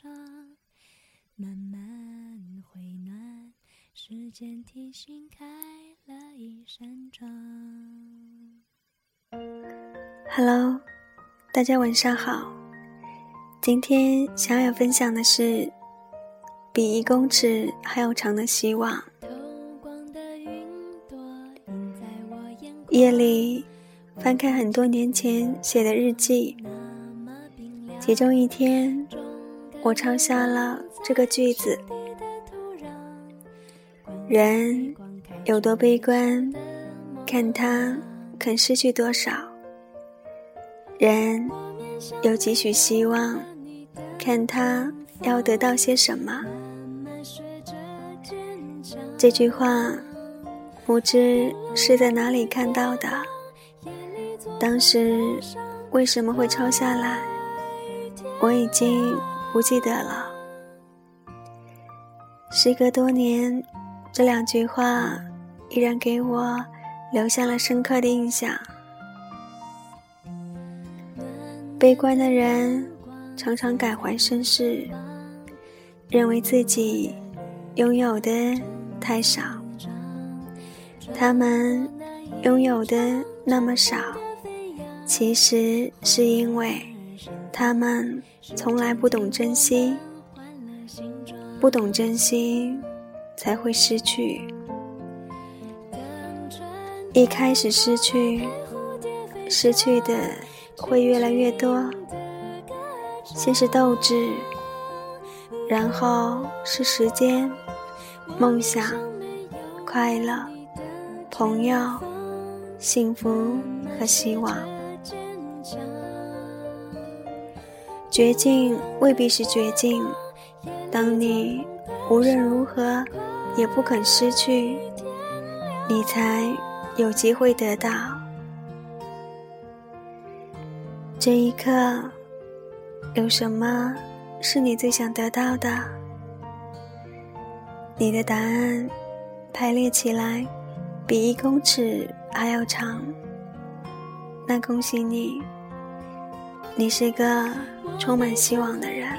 慢慢回暖，时间提醒开了一扇窗。 Hello， 大家晚上好。今天想要分享的是比1公尺还要长的希望。夜里翻看很多年前写的日记，其中一天我抄下了这个句子：人有多悲观，看他肯失去多少；人有几许希望，看他要得到些什么。这句话不知是在哪里看到的，当时为什么会抄下来，我已经不记得了。时隔多年，这2句话依然给我留下了深刻的印象。悲观的人常常感怀身世，认为自己拥有的太少，他们拥有的那么少，其实是因为他们从来不懂珍惜，不懂珍惜才会失去。一开始失去，失去的会越来越多，先是斗志，然后是时间、梦想、快乐、朋友、幸福和希望。绝境未必是绝境，当你无论如何也不肯失去，你才有机会得到。这一刻，有什么是你最想得到的？你的答案排列起来比1公尺还要长，那恭喜你，你是个充满希望的人。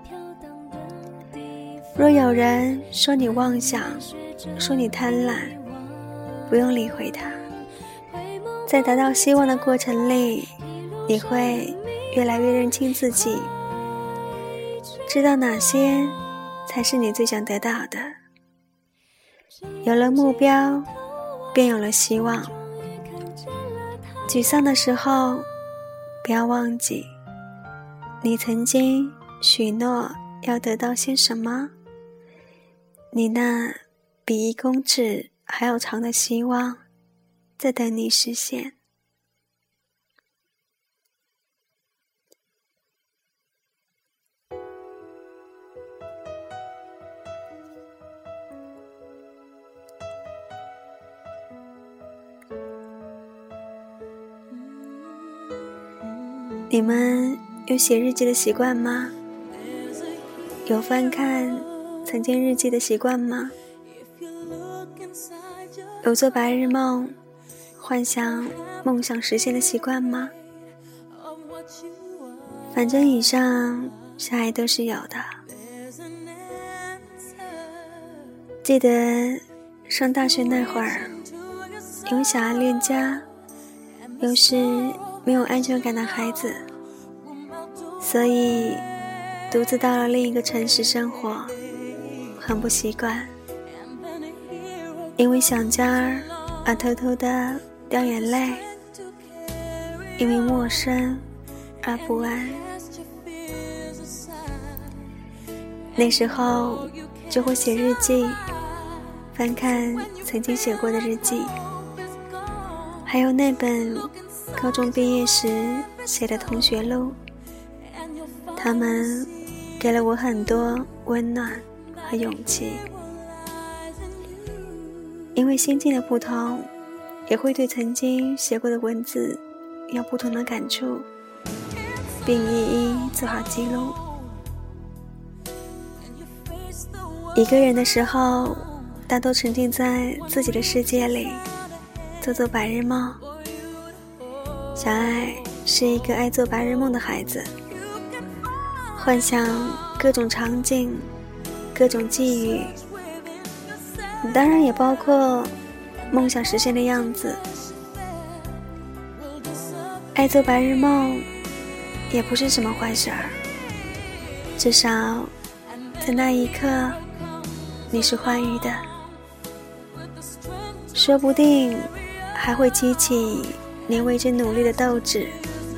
若有人说你妄想，说你贪婪，不用理会他。在达到希望的过程里，你会越来越认清自己，知道哪些才是你最想得到的。有了目标，便有了希望。沮丧的时候，不要忘记你曾经许诺要得到些什么，你那比1公尺还要长的希望在等你实现。你们有写日记的习惯吗？有翻看曾经日记的习惯吗？有做白日梦，幻想梦想实现的习惯吗？反正以上下来都是有的。记得上大学那会儿，因为想要恋家，又是没有安全感的孩子，所以独自到了另一个城市生活，很不习惯。因为想家而偷偷的掉眼泪，因为陌生而不安。那时候就会写日记，翻看曾经写过的日记，还有那本高中毕业时写的同学录，他们给了我很多温暖和勇气。因为心境的不同，也会对曾经写过的文字有不同的感触，并一一做好记录。一个人的时候，大多沉浸在自己的世界里，做做白日梦。小爱是一个爱做白日梦的孩子，幻想各种场景、各种际遇，当然也包括梦想实现的样子。爱做白日梦也不是什么坏事儿，至少在那一刻你是欢愉的，说不定还会激起你为之努力的斗志。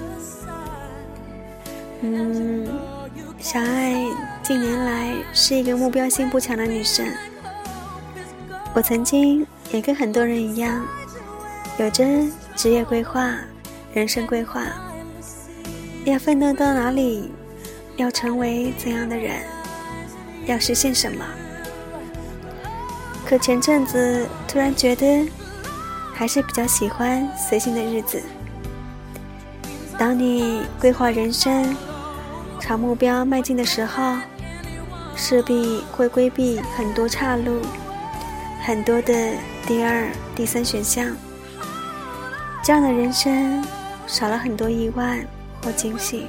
小爱近年来是一个目标性不强的女生，我曾经也跟很多人一样，有着职业规划、人生规划，要奋斗到哪里，要成为怎样的人，要实现什么。可前阵子突然觉得还是比较喜欢随性的日子。当你规划人生朝目标迈进的时候，势必会规避很多岔路，很多的第二、第三选项，这样的人生少了很多意外或惊喜。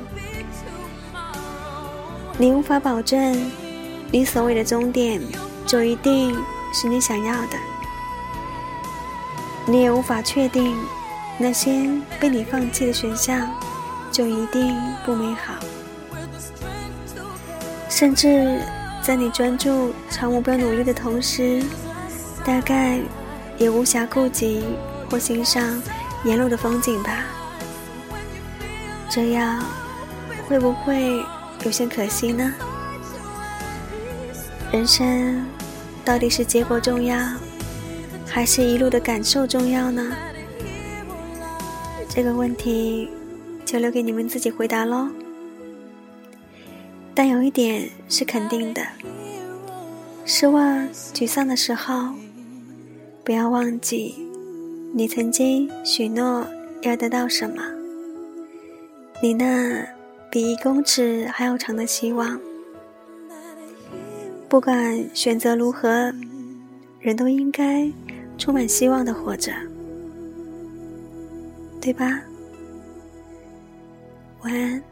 你无法保证你所谓的终点就一定是你想要的，你也无法确定那些被你放弃的选项就一定不美好。甚至在你专注朝目标努力的同时，大概也无暇顾及或欣赏沿路的风景吧。这样会不会有些可惜呢？人生到底是结果重要，还是一路的感受重要呢？这个问题就留给你们自己回答咯。但有一点是肯定的，失望、沮丧的时候，不要忘记你曾经许诺要得到什么，你那比1公尺还要长的希望。不管选择如何，人都应该充满希望地活着，对吧？晚安。